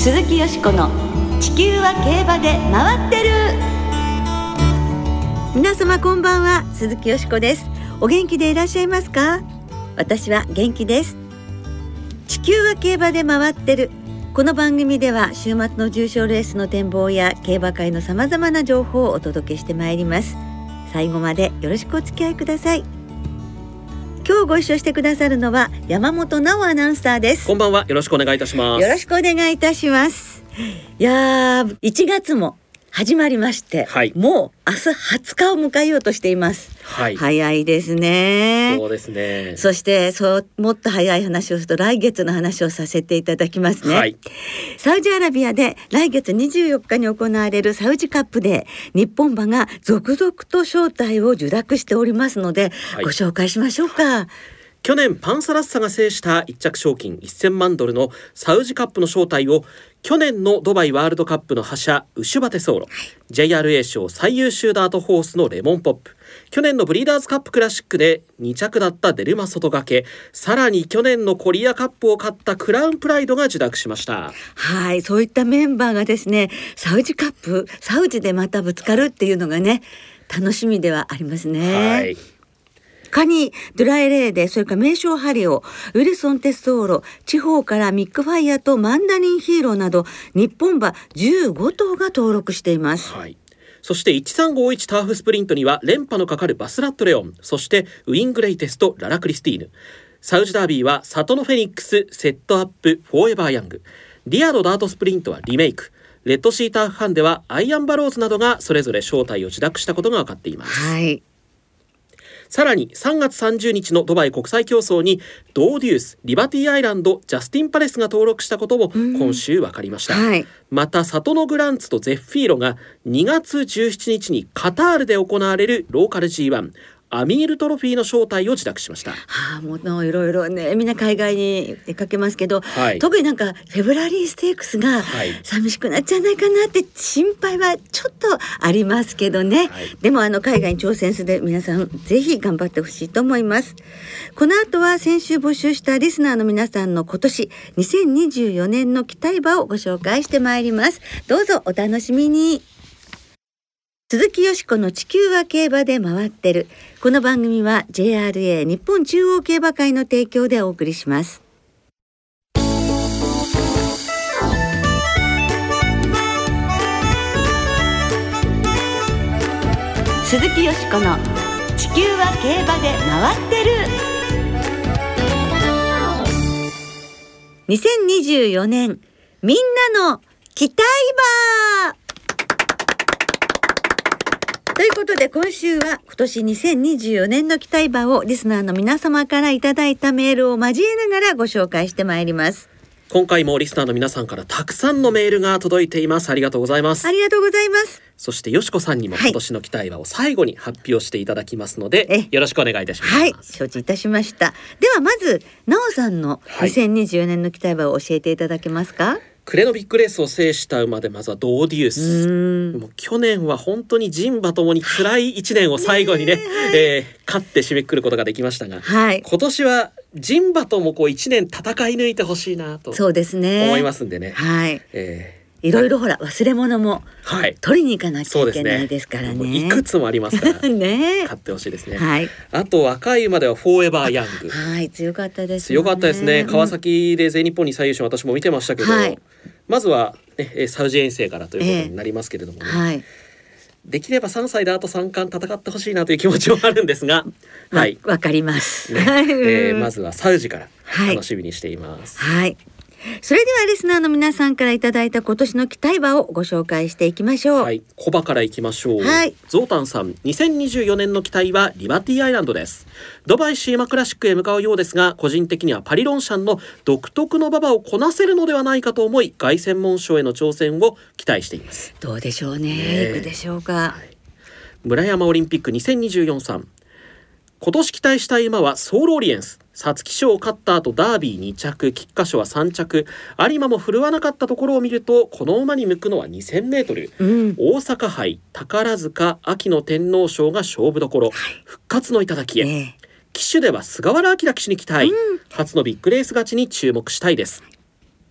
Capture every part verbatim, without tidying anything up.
鈴木よしこの地球は競馬で回ってる。皆様こんばんは、鈴木よしこです。お元気でいらっしゃいますか？私は元気です。地球は競馬で回ってる。この番組では週末の重賞レースの展望や競馬界のさまざまな情報をお届けしてまいります。最後までよろしくお付き合いください。今日ご一緒してくださるのは山本直アナウンサーです。 こんばんは、よろしくお願いいたします。 よろしくお願いいたします。いやー、いちがつも始まりまして、はい、もう明日はつかを迎えようとしています、はい、早いですね。 そうですね。 そしてそうもっと早い話をすると来月の話をさせていただきますね、はい、サウジアラビアで来月にじゅうよっかに行われるサウジカップで日本馬が続々と招待を受諾しておりますので、はい、ご紹介しましょうか。 去年パンサラッサが制した一着賞金せんまんドルのサウジカップの招待を去年のドバイワールドカップの覇者ウシュバテソーロ、はい、ジェイアールエー 賞最優秀ダートホースのレモンポップ、去年のブリーダーズカップクラシックでにちゃくだったデルマ外掛け、さらに去年のコリアカップを勝ったクラウンプライドが受諾しました。 はい、そういったメンバーがですね、サウジカップサウジでまたぶつかるっていうのがね、楽しみではありますね。はい、他にドゥラエレーデ、それから名将ハリオ、ウィルソンテッソーロ、地方からミックファイアとマンダリンヒーローなど日本馬じゅうごとうが登録しています。 はい、そしていちさんごいちターフスプリントには連覇のかかるバスラットレオン、そしてウィングレイテスト、ララクリスティーヌ。サウジダービーはサトノフェニックス、セットアップ、フォーエバーヤング。リアードダートスプリントはリメイク。レッドシーターフハンではアイアンバローズなどがそれぞれ招待を受諾したことが分かっています。 はい、 さらにさんがつさんじゅうにちのドバイ国際競争にドーデュース、リバティアイランド、ジャスティンパレスが登録したことも今週分かりました、はい、またサトノグランツとゼッフィーロがにがつじゅうしちにちにカタールで行われるローカル ジーワン アミールトロフィーの招待を受諾しました。はあ、もういろいろね、みんな海外に出かけますけど、はい、特になんかフェブラリーステークスが寂しくなっちゃわないかなって心配はちょっとありますけどね、はい、でもあの海外に挑戦する皆さんぜひ頑張ってほしいと思います。この後は先週募集したリスナーの皆さんの今年にせんにじゅうよねんの期待馬をご紹介してまいります。どうぞお楽しみに。鈴木よしこの地球は競馬で回ってる。この番組は ジェイアールエー 日本中央競馬会の提供でお送りします。鈴木よしこの地球は競馬で回ってる。にせんにじゅうよねんみんなの期待馬ということで、今週は今年にせんにじゅうよねんの期待馬をリスナーの皆様からいただいたメールを交えながらご紹介してまいります。 今回もリスナーの皆さんからたくさんのメールが届いています。ありがとうございます。 ありがとうございます。 そしてよしこさんにも今年の期待馬を最後に発表していただきますので、はい、よろしくお願いいたします。 はい、承知いたしました。ではまずなおさんのにせんにじゅうよねんの期待馬を教えていただけますか？はい、 クレのビッグレースを制した馬でまずはドーデュース。もう去年は本当に人馬ともに辛いいちねんを最後にね、ねえー、勝って締めくくることができましたが、はい、今年は人馬ともこういちねん戦い抜いてほしいなと思いますんでね。 はい、えーいろいろほら忘れ物も取りに行かなきゃいけないですからね。 ね、いくつもありますからね、勝ってほしいですね。 はい、 あと若い馬ではフォーエバーヤング、 はい、強かったですね。 強かったですね。川崎で全日本に最優秀、私も見てましたけど、はい、まずは、ね、サウジ遠征からということになりますけれどもね、えーはい、できればさんさいであとさんかん戦ってほしいなという気持ちもあるんですが、 はい、わかります、 ねえー、まずはサウジから楽しみにしています。 はい、はいそれではリスナーの皆さんからいただいた今年の期待馬をご紹介していきましょう。 はい、コバからいきましょう。 はい、 ゾウタンさん、にせんにじゅうよねんの期待はリバティアイランドです。ドバイシーマクラシックへ向かうようですが、個人的にはパリロンシャンの独特の馬場をこなせるのではないかと思い、凱旋門賞への挑戦を期待しています。 どうでしょうね、ねいくでしょうか。はい、 村山オリンピックにせんにじゅうよんさん、今年期待したい馬はソウルオリエンス。皐月賞を勝った後ダービーにちゃく、菊花賞はさんちゃく、有馬も振るわなかったところを見ると、この馬に向くのはにせんメートル、うん、大阪杯、宝塚、秋の天皇賞が勝負どころ、はい、復活の頂へ、ね、騎手では菅原明騎手に期待、うん、初のビッグレース勝ちに注目したいです。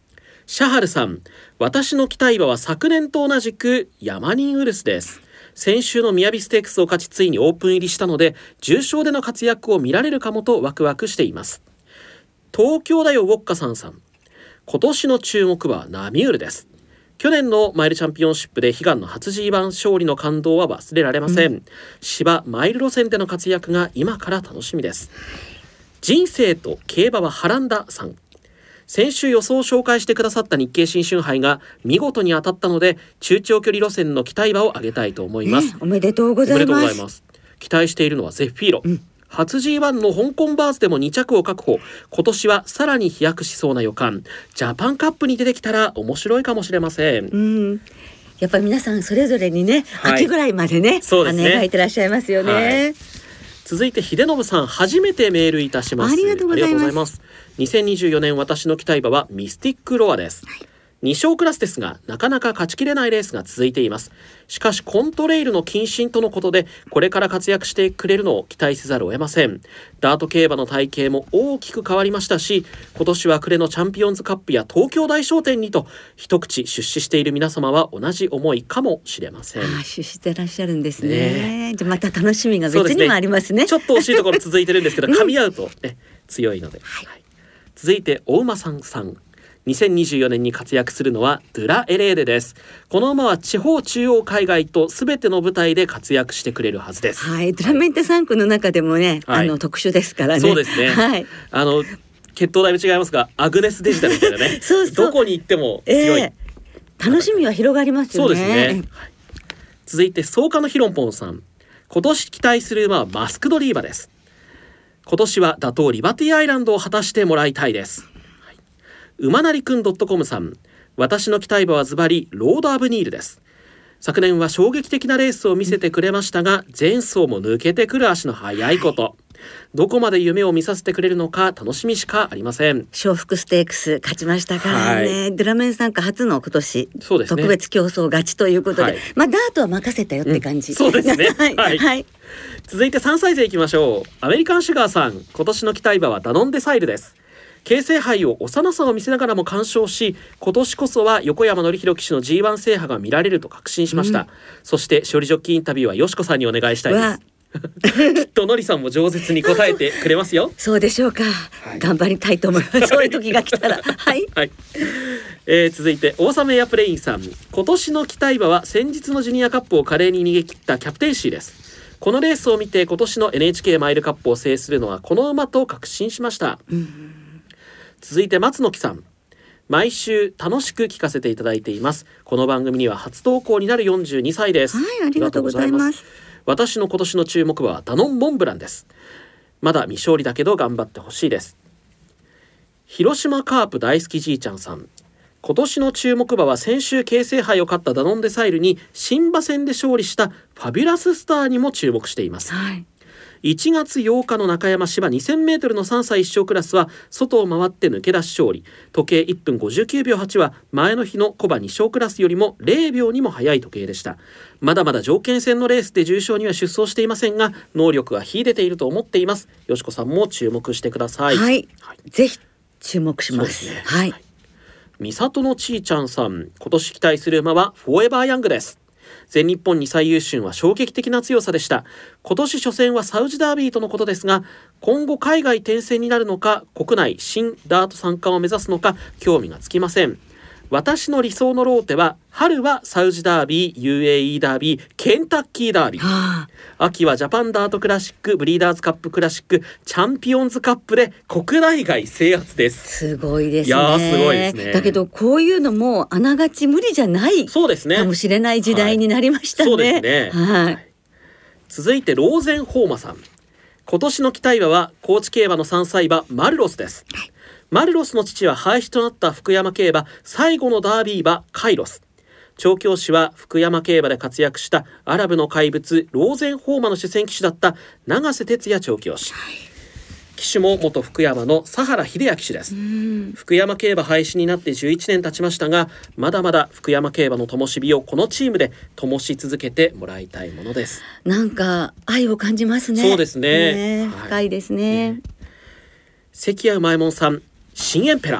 シャハルさん、私の期待馬は昨年と同じくヤマニンウルスです。先週のみやびステークスを勝ちついにオープン入りしたので重賞での活躍を見られるかもとワクワクしています。東京だよウォッカさんさん、今年の注目馬はナミュールです。去年のマイルチャンピオンシップで悲願の初 ジーワン 勝利の感動は忘れられません、うん、芝マイル路線での活躍が今から楽しみです。人生と競馬は波乱ださん、先週予想を紹介してくださった日経新春杯が見事に当たったので中長距離路線の期待馬を上げたいと思います、 ね、おめでとうございます。 期待しているのはゼフィーロ、うん、初 ジーワン の香港バーズでもに着を確保。今年はさらに飛躍しそうな予感。ジャパンカップに出てきたら面白いかもしれません。 うん、やっぱり皆さんそれぞれにね、はい、秋ぐらいまでね、そうですね、描いてらっしゃいますよね、はい、 続いて秀信さん、初めてメールいたします。 ありがとうございます。 にせんにじゅうよねん私の期待馬はミスティックロアです、はい、に勝クラスですがなかなか勝ちきれないレースが続いています。しかしコントレイルの謹慎とのことでこれから活躍してくれるのを期待せざるを得ません。ダート競馬の体型も大きく変わりましたし、今年は暮れのチャンピオンズカップや東京大賞典にと一口出資している皆様は同じ思いかもしれません。 あ、出資してらっしゃるんですね。ね、じゃまた楽しみが別にもありますね。 ね、ちょっと惜しいところ続いてるんですけど噛み合うと、ね、強いので、はいはい、続いてお馬さんさん、にせんにじゅうよねんに活躍するのはドゥラエレーデです。この馬は地方中央海外とすべての舞台で活躍してくれるはずです。 はい、ドゥラメンテさん区の中でもね、はい、あの特殊ですからね。 そうですね、はい、あの血統だいぶ違いますがアグネスデジタルみたいなねそうそう、どこに行っても強い、えー、楽しみは広がりますよね。 そうですね、はい、続いて草加のヒロンポンさん、今年期待する馬はマスクドリーバです。今年は打倒リバティアイランドを果たしてもらいたいです。馬なりくん .com さん、私の期待馬はズバリロードアブニールです。昨年は衝撃的なレースを見せてくれましたが前走も抜けてくる足の速いこと、はい、どこまで夢を見させてくれるのか楽しみしかありません。 笑福ステークス勝ちましたからね、はい、ドゥラメン参加初の今年、そうですね、特別競争勝ちということで、はい、まあダートは任せたよって感じ、 うん、そうですねはい、はいはい、 続いてさんさい勢いきましょう。アメリカンシュガーさん、今年の期待馬はダノンデサイルです。京成杯を幼さを見せながらも完勝し、今年こそは横山典弘騎手の ジーワン 制覇が見られると確信しました、うん、そして勝利ジョッキーインタビューはよしこさんにお願いしたいですきっとのりさんも上手に答えてくれますよそうでしょうか、はい、頑張りたいと思いますそういう時が来たらはい、 はい、えー、続いてオーサムエアプレインさん、今年の期待馬は先日のジュニアカップを華麗に逃げ切ったキャプテンシーです。このレースを見て今年の エヌエイチケー マイルカップを制するのはこの馬と確信しました、うん、続いて松野木さん、毎週楽しく聞かせていただいています。この番組には初投稿になるよんじゅうにさいです。 はい、ありがとうございます。 私の今年の注目はダノンモンブランです。まだ未勝利だけど頑張ってほしいです。広島カープ大好きじいちゃんさん、今年の注目馬は先週京成杯を勝ったダノンデサイルに新馬戦で勝利したファビュラススターにも注目しています、はい、いちがつようかの中山芝 にせんメートル のさんさいいっ勝クラスは外を回って抜け出し勝利、時計いっぷんごじゅうきゅうびょうはちは前の日のコバに勝クラスよりもれいびょうにも早い時計でした。まだまだ条件戦のレースで重賞には出走していませんが能力が秀でていると思っています。よしこさんも注目してください。 はい、はい、ぜひ注目します。 そうですね、 はい、 三里のちーちゃんさん、今年期待する馬はフォーエバーヤングです。全日本に最優秀は衝撃的な強さでした。今年初戦はサウジダービーとのことですが、今後海外転戦になるのか国内新ダート三冠を目指すのか興味がつきません。私の理想のローテは春はサウジダービー、ユーエーイー ダービー、ケンタッキーダービー、はあ、秋はジャパンダートクラシック、ブリーダーズカップクラシック、チャンピオンズカップで国内外制圧です。 すごいですね。 いやすごいですね。 だけどこういうのもあながち無理じゃないかもしれない時代になりましたね。 そうですね、はい、続いてローゼンホーマさん、今年の期待馬は高知競馬のさんさい馬マルロスです、はい、マルロスの父は廃止となった福山競馬最後のダービー馬カイロス。調教師は福山競馬で活躍したアラブの怪物ローゼンホーマの主戦騎手だった永瀬哲也調教師、はい、騎手も元福山の佐原秀也騎手です。福山競馬廃止になってじゅういちねん経ちましたがまだまだ福山競馬の灯火をこのチームで灯し続けてもらいたいものです。 なんか愛を感じますね。 そうですね、 ね、深いですね、 ね。関谷うまいもんさん、新エンペラー、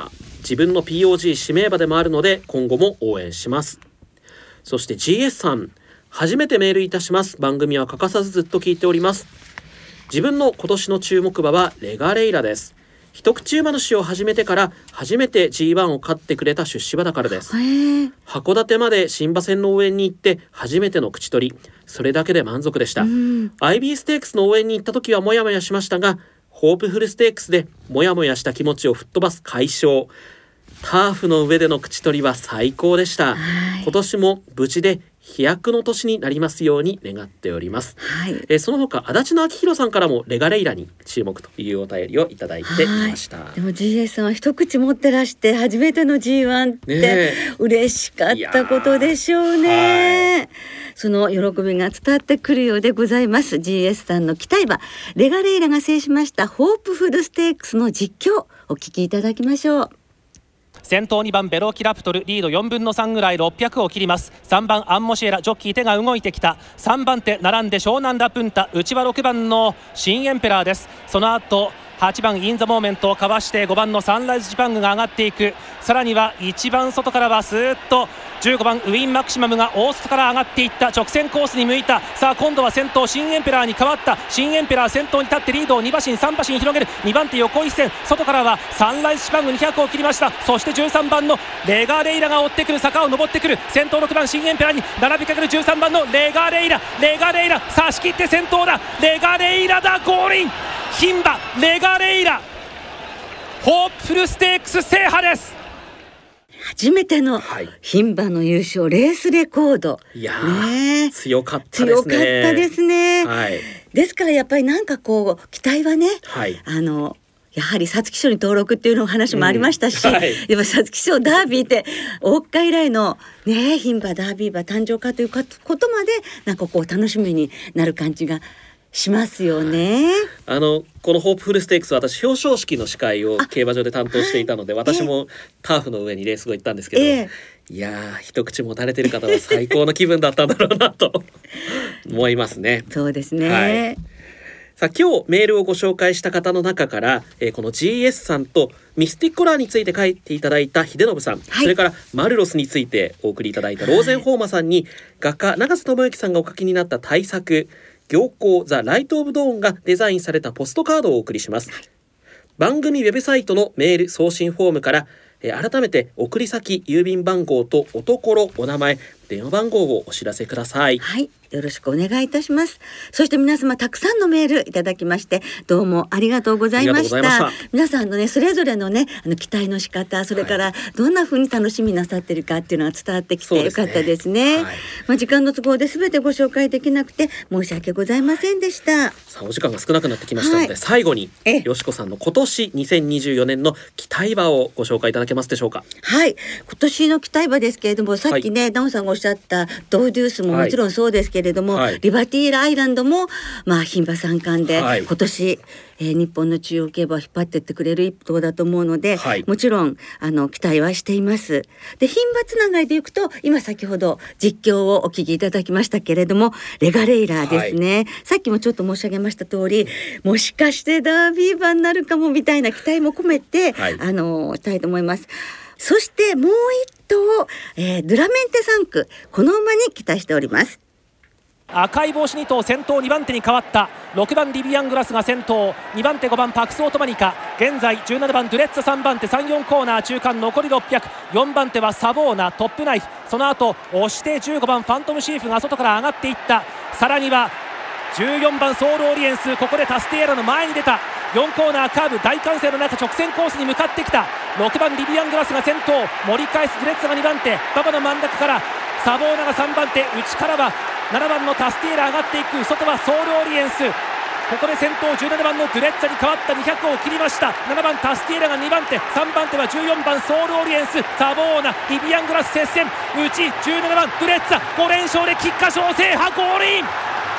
自分の ピーオージー 指名馬でもあるので今後も応援します。そして ジーエス さん、初めてメールいたします。番組は欠かさずずっと聞いております。自分の今年の注目馬はレガレイラです。一口馬主を始めてから初めて ジーワン を勝ってくれた出資馬だからです。函館まで新馬戦の応援に行って初めての口取り、それだけで満足でした。 アイビー ステークスの応援に行った時はモヤモヤしましたが、ホープフルステークスでモヤモヤした気持ちを吹っ飛ばす快勝、ターフの上での口取りは最高でした。今年も無事で飛躍の年になりますように願っております、はい。えー、その他足立の明宏さんからもレガレイラに注目というお便りをいただいていました。 でも ジーエス さんは一口持ってらして初めての ジーワン って嬉しかったことでしょうね。その喜びが伝わってくるようでございます。 ジーエス さんの期待馬レガレイラが制しましたホープフルステークスの実況お聞きいただきましょう。 先頭にばんベロキラプトル、リードよんぶんのさんぐらいろっぴゃくを切ります。さんばんアンモシエラ、ジョッキー手が動いてきた。さんばん手並んで湘南ラプンタ、内はろくばんの新エンペラーです。その後はちばんインザモーメントをかわしてごばんのサンライズジパングが上がっていく。さらにはいちばん外からはスーッとじゅうごばんウィンマクシマムが大外から上がっていった。直線コースに向いた。さあ今度は先頭新エンペラーに変わった。新エンペラー先頭に立ってリードをに馬身さん馬身広げる。にばん手横一線、外からはサンライズジパングにひゃくを切りました。そしてじゅうさんばんのレガレイラが追ってくる。坂を上ってくる。先頭ろくばん新エンペラーに並びかけるじゅうさんばんのレガレイラ。レガレイラ差し切って先頭だ。レガレイラだ。ゴールイン。牝馬レガレイラホープフルステークス制覇です。 初めての牝馬の優勝、レースレコード。 いやー、ね、強かったですね。 強かったですね、はい、ですからやっぱりなんかこう期待はね、はい、あのやはり皐月賞に登録っていうのお話もありましたし、うん、はい、やっぱ皐月賞ダービーって大岡以来のね牝馬ダービー馬誕生かということまでなんかこう楽しみになる感じがしますよね。 あのこのホープフルステークス、私表彰式の司会を競馬場で担当していたので、私もターフの上にレース後行ったんですけど、えー、いやー一口持たれてる方は最高の気分だったんだろうなと思いますね。 そうですね、 はい。さあ今日メールをご紹介した方の中から、えー、この ジーエス さんとミスティックラーについて書いていただいた秀信さん、はい、それからマルロスについてお送りいただいたローゼンホーマさんに、画家永瀬智之さんがお書きになった大作行幸ザ・ライト・オブ・ドーンがデザインされたポストカードをお送りします。番組ウェブサイトのメール送信フォームからえ改めて送り先、郵便番号とおところ、お名前、電話番号をお知らせください。 はい、よろしくお願いいたします。そして皆様たくさんのメールいただきましてどうもありがとうございました。ました皆さんのねそれぞれのねあの期待の仕方、それからどんな風に楽しみなさってるかっていうのが伝わってきてよかったですね。はい、まあ、時間の都合で全てご紹介できなくて申し訳ございませんでした。 さあお時間が少なくなってきましたので、はい、最後によしこさんの今年にせんにじゅうよねんの期待馬をご紹介いただけますでしょうか。 はい、今年の期待馬ですけれども、さっきね、はい、ダウンさんがおっしゃったドウデュースももちろんそうですけれども、はい、リバティーラアイランドもまあ牝馬三冠で、はい、今年、えー、日本の中央競馬を引っ張っていってくれる一頭だと思うので、はい、もちろんあの期待はしています。で牝馬つながりでいくと今先ほど実況をお聞きいただきましたけれどもレガレイラーですね、はい、さっきもちょっと申し上げました通りもしかしてダービー馬になるかもみたいな期待も込めて、はい、あのしたいと思います。そしてもう一頭、えー、ドゥラメンテサンク、この馬に期待しております。 赤い帽子に頭、先頭にばん手に変わったろくばんリビアングラスが先頭、にばん手ごばんパクスオートマニカ、現在じゅうななばんドゥレッツァ、さんばん手さんじゅうよんコーナー中間残りろっぴゃく、よんばん手はサボーナ、トップナイフ、その後押してじゅうごばんファントムシーフが外から上がっていった。さらにはじゅうよんばんソウルオリエンス、ここでタスティエラの前に出た。よんコーナーカーブ大歓声の中直線コースに向かってきた。ろくばんリビアングラスが先頭、盛り返すドゥレッツァがにばん手、馬場の真ん中からサボーナがさんばん手、内からはななばんのタスティエラ上がっていく。外はソウルオリエンス、ここで先頭じゅうななばんのドゥレッツァに変わったにひゃくを切りました。ななばんタスティエラがにばん手、さんばん手はじゅうよんばんソウルオリエンス、サボーナ、リビアングラス接戦、内じゅうななばんドゥレッツァご連勝で菊花賞制覇、ゴールイン。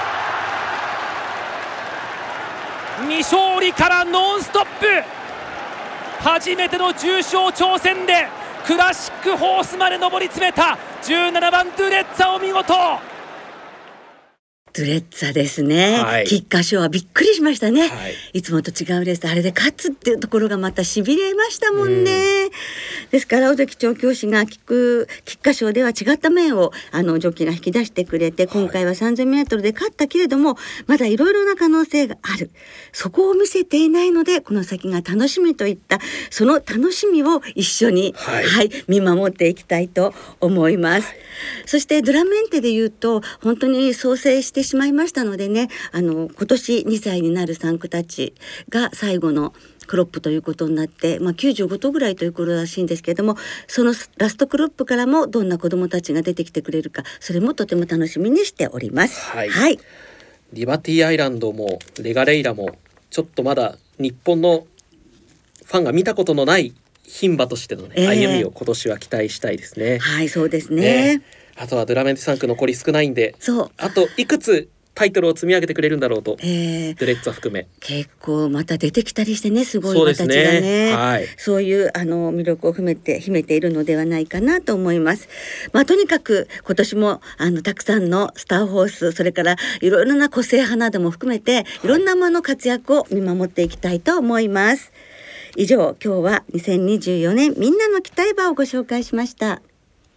未勝利からノンストップ、初めての重賞挑戦でクラシックホースまで上り詰めたじゅうななばんドゥレッツァ、お見事。 ドゥレッツァですね、はい、菊花賞はびっくりしましたね、はい、いつもと違うレースあれで勝つっていうところがまたしびれましたもんね。ですから尾関調教師が菊花賞では違った面をあのジョッキーが引き出してくれて、今回は さんぜんメートル で勝ったけれども、はい、まだいろいろな可能性がある、そこを見せていないのでこの先が楽しみといったその楽しみを一緒に、はいはい、見守っていきたいと思います、はい、そしてドラメンテでいうと本当に創生してしまいましたのでね、あの今年にさいになる産駒たちが最後のクロップということになって、まあ、きゅうじゅうごとうぐらいということらしいんですけれども、そのラストクロップからもどんな子どもたちが出てきてくれるか、それもとても楽しみにしております、はいはい、 リバティアイランドもレガレイラもちょっとまだ日本のファンが見たことのない牝馬としての、ねえー、歩みを今年は期待したいですね。 はいそうですね、 ね、あとはドラメンテさん区残り少ないんで、そうあといくつタイトルを積み上げてくれるんだろうと、えー、ドゥレッツァ含め結構また出てきたりしてね、すごい馬たちが ね, ね、はい、そういうあの魅力を秘めて秘めているのではないかなと思います。まあ、とにかく今年もあのたくさんのスターホース、それからいろいろな個性派なども含めていろんな馬の活躍を見守っていきたいと思います。以上、今日はにせんにじゅうよねんみんなの期待馬をご紹介しました。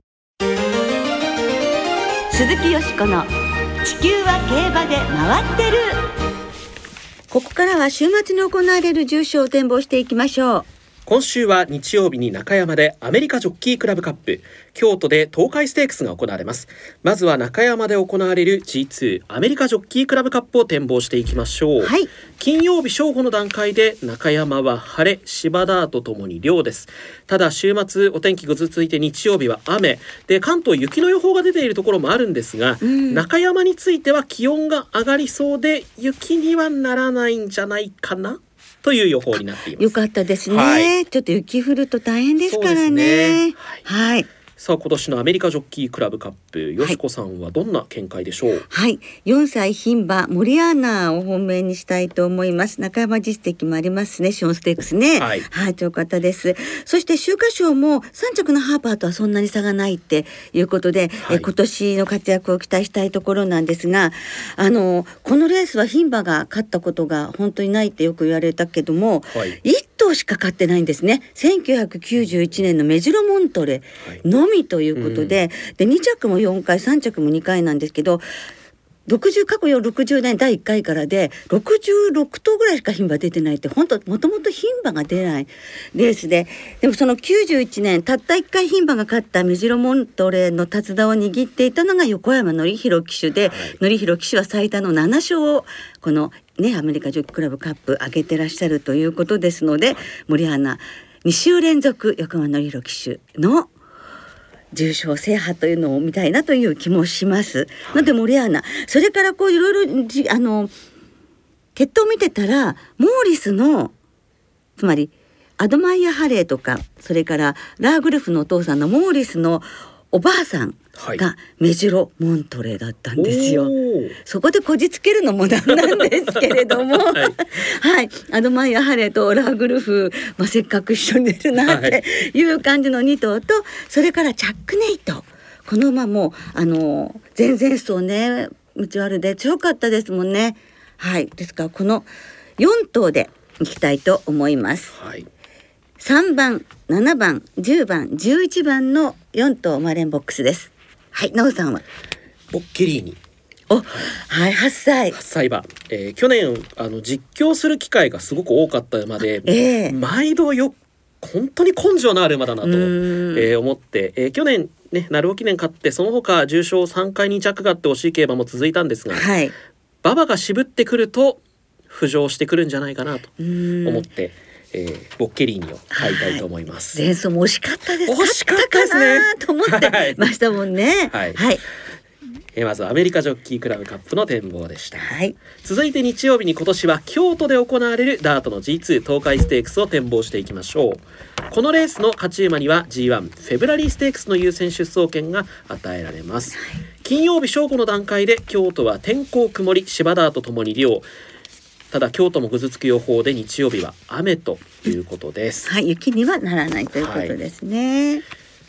鈴木よしこの地球は競馬で回ってる。ここからは週末に行われる重賞を展望していきましょう。 今週は日曜日に中山でアメリカジョッキークラブカップ、京都で東海ステークスが行われます。まずは中山で行われる ジーツー アメリカジョッキークラブカップを展望していきましょう、はい、金曜日正午の段階で中山は晴れ、芝ダートともに涼です。ただ週末お天気ぐずついて日曜日は雨で、関東雪の予報が出ているところもあるんですが、うん、中山については気温が上がりそうで雪にはならないんじゃないかなという予報になっています。 よかったですね、はい、ちょっと雪降ると大変ですから ね, ね、はい、はい、 さあ今年のアメリカジョッキークラブカップ、よしこさんはどんな見解でしょう。 はい、よんさい牝馬モリアーナを本命にしたいと思います。中山実績もありますね、ショーンステークスね、はい、はい、という方です。そして秋華賞もさん着のハーパーとはそんなに差がないっていうことで、はい、え今年の活躍を期待したいところなんですが、あのこのレースは牝馬が勝ったことが本当にないってよく言われたけども、はい、いっ頭しか勝ってないんですね。せんきゅうひゃくきゅうじゅういちねんのメジロモントレのみということで、はい、でに着もよんかいさん着もにかいなんですけど、ろくじゅう過去ろくじゅうねんだいいっかいからでろくじゅうろくとうぐらいしか牝馬出てないって、本当もともと牝馬が出ないレースで、でもそのきゅうじゅういちねんたったいっかい牝馬が勝ったメジロモントレの手伝を握っていたのが横山典弘騎手で、はい、典弘騎手は最多のなな勝をこのねアメリカジョッキークラブカップ上げてらっしゃるということですので、森花に週連続横山典弘騎手の重賞制覇というのを見たいなという気もします、はい、のでモリアーナ、それからこういろいろあの決闘を見てたらモーリスのつまりアドマイヤ・ハレーとか、それからラーグルフのお父さんのモーリスのおばあさんがメジロモントレーだったんですよ、はい、そこでこじつけるのもなんなんですけれどもはい、はい、アドマイヤ・ハレーとラーグルフ、まあ、せっかく一緒に出るなっていう感じのに頭と、それからチャックネイト、この馬もあの前々走ねムチュアルで強かったですもんね。はい、ですからこのよん頭でいきたいと思います、はい、さんばんななばんじゅうばんじゅういちばんのよん頭マレンボックスです。はい、なおさんはボッケリーニ、 お、はい、はっさいはっさい馬、えー、去年あの実況する機会がすごく多かった馬で、えー、毎度よ本当に根性のある馬だなと、えー、思って、えー、去年ね鳴尾記念勝って、その他重賞さんかいに着があって惜しい競馬も続いたんですが、はい、馬場が渋ってくると浮上してくるんじゃないかなと思って、えー、ボッケリーニを買いたいと思います。 前走も惜しかったです。 惜しかったですねと思ってましたもんねはい、はい、 えー、まずアメリカジョッキークラブカップの展望でした、 はい、 続いて日曜日に今年は京都で行われるダートの ジーツー 東海ステークスを展望していきましょう。このレースの勝ち馬には ジーワン フェブラリーステークスの優先出走権が与えられます、はい、金曜日正午の段階で京都は天候曇り、芝ダートともに涼、ただ京都もぐずつく予報で日曜日は雨ということです、 はい、雪にはならないということですね、はい、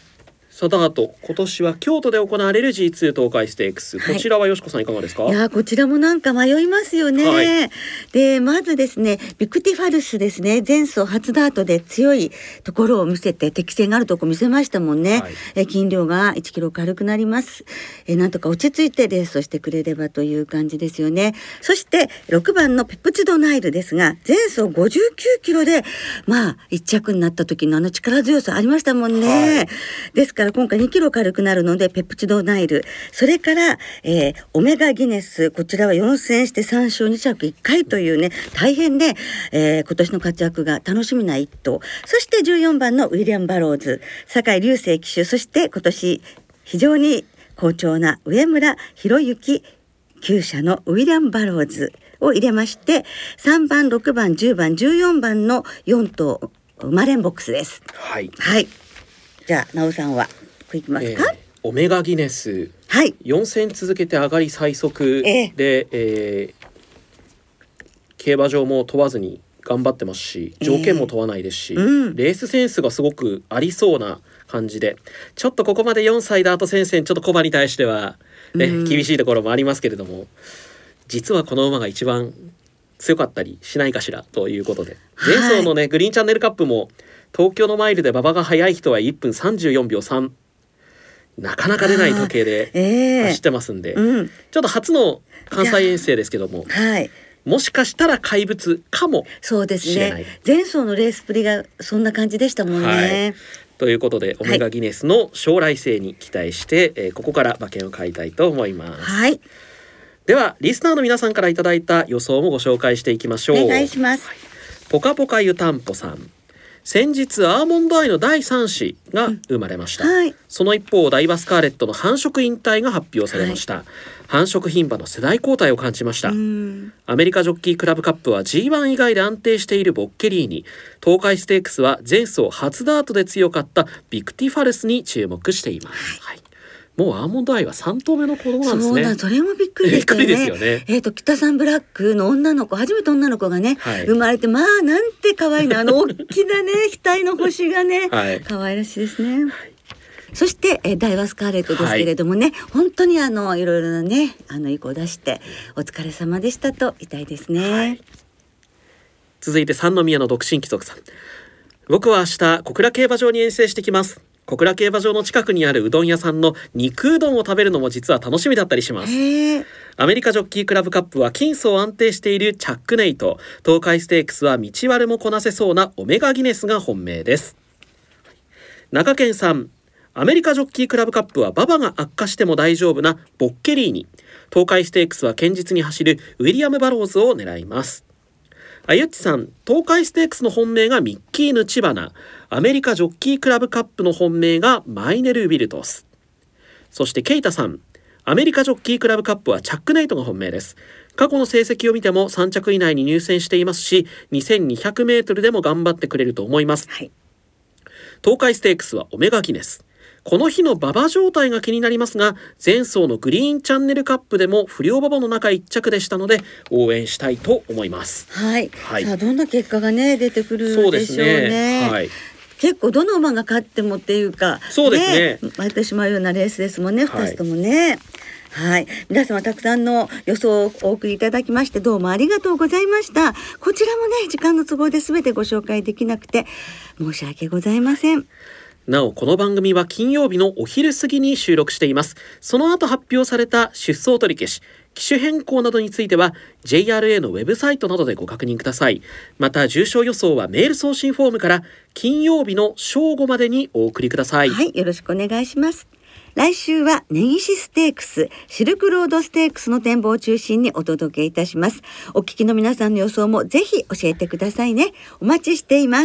さああと今年は京都で行われる ジーツー 東海ステークス、こちらはよしこさんいかがですか？ いやこちらもなんか迷いますよね、はい、でまずですねビクティファルスですね、前走初ダートで強いところを見せて適性があるところ見せましたもんね、はい、え筋量がいちキロ軽くなります。えなんとか落ち着いてレースをしてくれればという感じですよね。そしてろくばんのペプチドナイルですが、前走ごじゅうきゅうキロでまあいっ着になった時のあの力強さありましたもんね、はい、ですから今回にキロ軽くなるのでペプチドナイル、それから、えー、オメガギネス、こちらはよん戦してさん勝に着いっかいというね大変ね、えー、今年の活躍が楽しみな一頭。そしてじゅうよんばんのウィリアム・バローズ、酒井隆成騎手、そして今年非常に好調な上村博之厩舎のウィリアム・バローズを入れまして、さんばんろくばんじゅうばんじゅうよんばんのよん頭マレンボックスです。 はい、 はい、じゃあなおさんはいきますか？ えー、オメガギネス、 はい、 よん戦続けて上がり最速で、えーえー、競馬場も問わずに頑張ってますし、条件も問わないですし、えーうん、レースセンスがすごくありそうな感じで、ちょっとここまでよんさいダート戦線ちょっとコバに対しては、ね、うん、厳しいところもありますけれども、実はこの馬が一番強かったりしないかしらということで、前走のね、はい、グリーンチャンネルカップも東京のマイルで馬場が速い人はいっぷんさんじゅうよんびょうさん、なかなか出ない時計で走ってますんで、えーうん、ちょっと初の関西遠征ですけども、はい、もしかしたら怪物かもしれない。 そうですね、前走のレースプリがそんな感じでしたもんね、はい、 ということでオメガギネスの将来性に期待して、はい、えー、ここから馬券を買いたいと思います、 はい、 ではリスナーの皆さんからいただいた予想もご紹介していきましょう。 お願いします、はい、 ポカポカ湯たんぽさん、先日アーモンドアイのだいさん子が生まれました、うん、はい、その一方ダイバスカーレットの繁殖引退が発表されました、はい、繁殖牝馬の世代交代を感じました。アメリカジョッキークラブカップは ジーワン 以外で安定しているボッケリーニ、東海ステークスは前走初ダートで強かったビクティファルスに注目しています、はい、もうアーモンドアイはさん頭目の子供なんですね。 そうなん、それもびっくりでしたよね。 びっくりですよね。 えーと北サンブラックの女の子、初めて女の子がね、はい、生まれて、まあなんて可愛いな、あの大きなね額の星がね、はい、可愛らしいですね、はい、そして、えー、ダイワスカーレットですけれどもね、はい、本当にあのいろいろなねあの意向を出してお疲れ様でしたと言いたいですね、はい、 続いて三宮の独身貴族さん、僕は明日小倉競馬場に遠征してきます。小倉競馬場の近くにあるうどん屋さんの肉うどんを食べるのも実は楽しみだったりします。アメリカジョッキークラブカップは僅差安定しているチャックネイト、東海ステークスは道割れもこなせそうなオメガギネスが本命です。中堅さん、アメリカジョッキークラブカップは馬場が悪化しても大丈夫なボッケリーニ、東海ステークスは堅実に走るウィリアム・バローズを狙います。あゆっちさん、東海ステークスの本命がミッキーヌ・チバナ、アメリカジョッキークラブカップの本命がマイネル・ウィルトス。そしてケイタさん、アメリカジョッキークラブカップはチャックネイトが本命です。過去の成績を見てもさん着以内に入選していますし、にせんにひゃくメートルでも頑張ってくれると思います、はい、東海ステークスはオメガギネス、この日の馬場状態が気になりますが、前走のグリーンチャンネルカップでも不良馬場の中いっ着でしたので応援したいと思います、 はいはい、さあどんな結果がね出てくるでしょうね。そうですね、はい、結構どの馬が勝ってもっていうか、 そうですね、 ね、毎年迷うようなレースですもんね、ふたつともね、はい、皆様たくさんの予想をお送りいただきましてどうもありがとうございました。こちらもね時間の都合で全てご紹介できなくて申し訳ございません。 なおこの番組は金曜日のお昼過ぎに収録しています。その後発表された出走取り消し、機種変更などについては ジェイアールエー のウェブサイトなどでご確認ください。また重賞予想はメール送信フォームから金曜日の正午までにお送りください。 はい、よろしくお願いします。来週は根岸ステークス、シルクロードステークスの展望を中心にお届けいたします。お聞きの皆さんの予想もぜひ教えてくださいね。お待ちしています。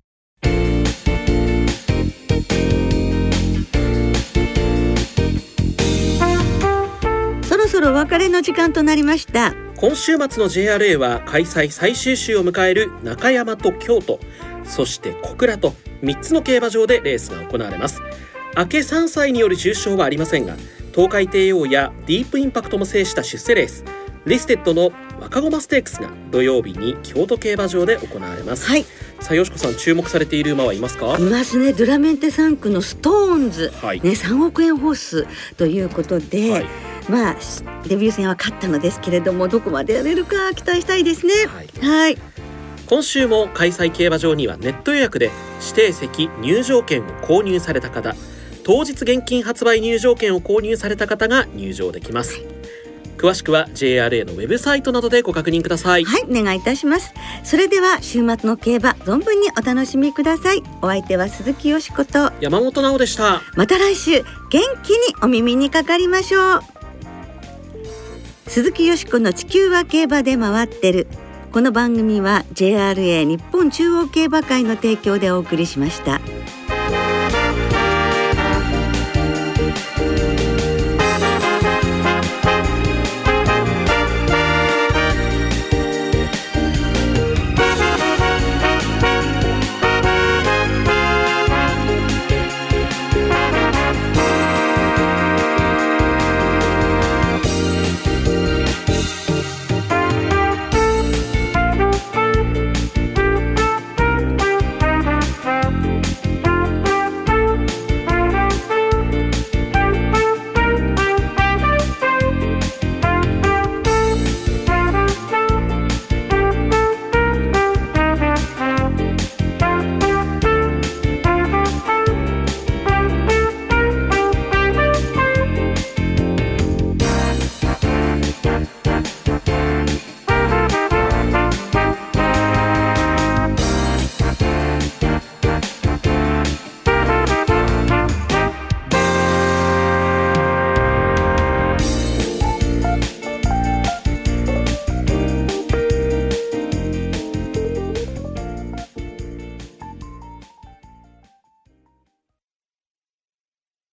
そろそろお別れの時間となりました。 今週末の ジェイアールエー は開催最終週を迎える中山と京都、そして小倉とみっつの競馬場でレースが行われます。明けさんさいによる重賞はありませんが、東海帝王やディープインパクトも制した出世レース、リステッドの若駒ステークスが土曜日に京都競馬場で行われます、はい、 さあよしこさん、注目されている馬はいますか？ いますね。ドゥラメンテさん区のストーンズ、 はいね、さんおくえんホースということで、はい、まあデビュー戦は勝ったのですけれども、どこまでやれるか期待したいですね。はい、はい、 今週も開催競馬場にはネット予約で指定席入場券を購入された方、当日現金発売入場券を購入された方が入場できます。はい、詳しくは ジェイアールエー のウェブサイトなどでご確認ください。 はい、お願いいたします。それでは週末の競馬存分にお楽しみください。お相手は鈴木よしこと山本直でした。 また来週元気にお耳にかかりましょう。鈴木よしこの地球は競馬で回ってる。この番組は ジェイアールエー 日本中央競馬会の提供でお送りしました。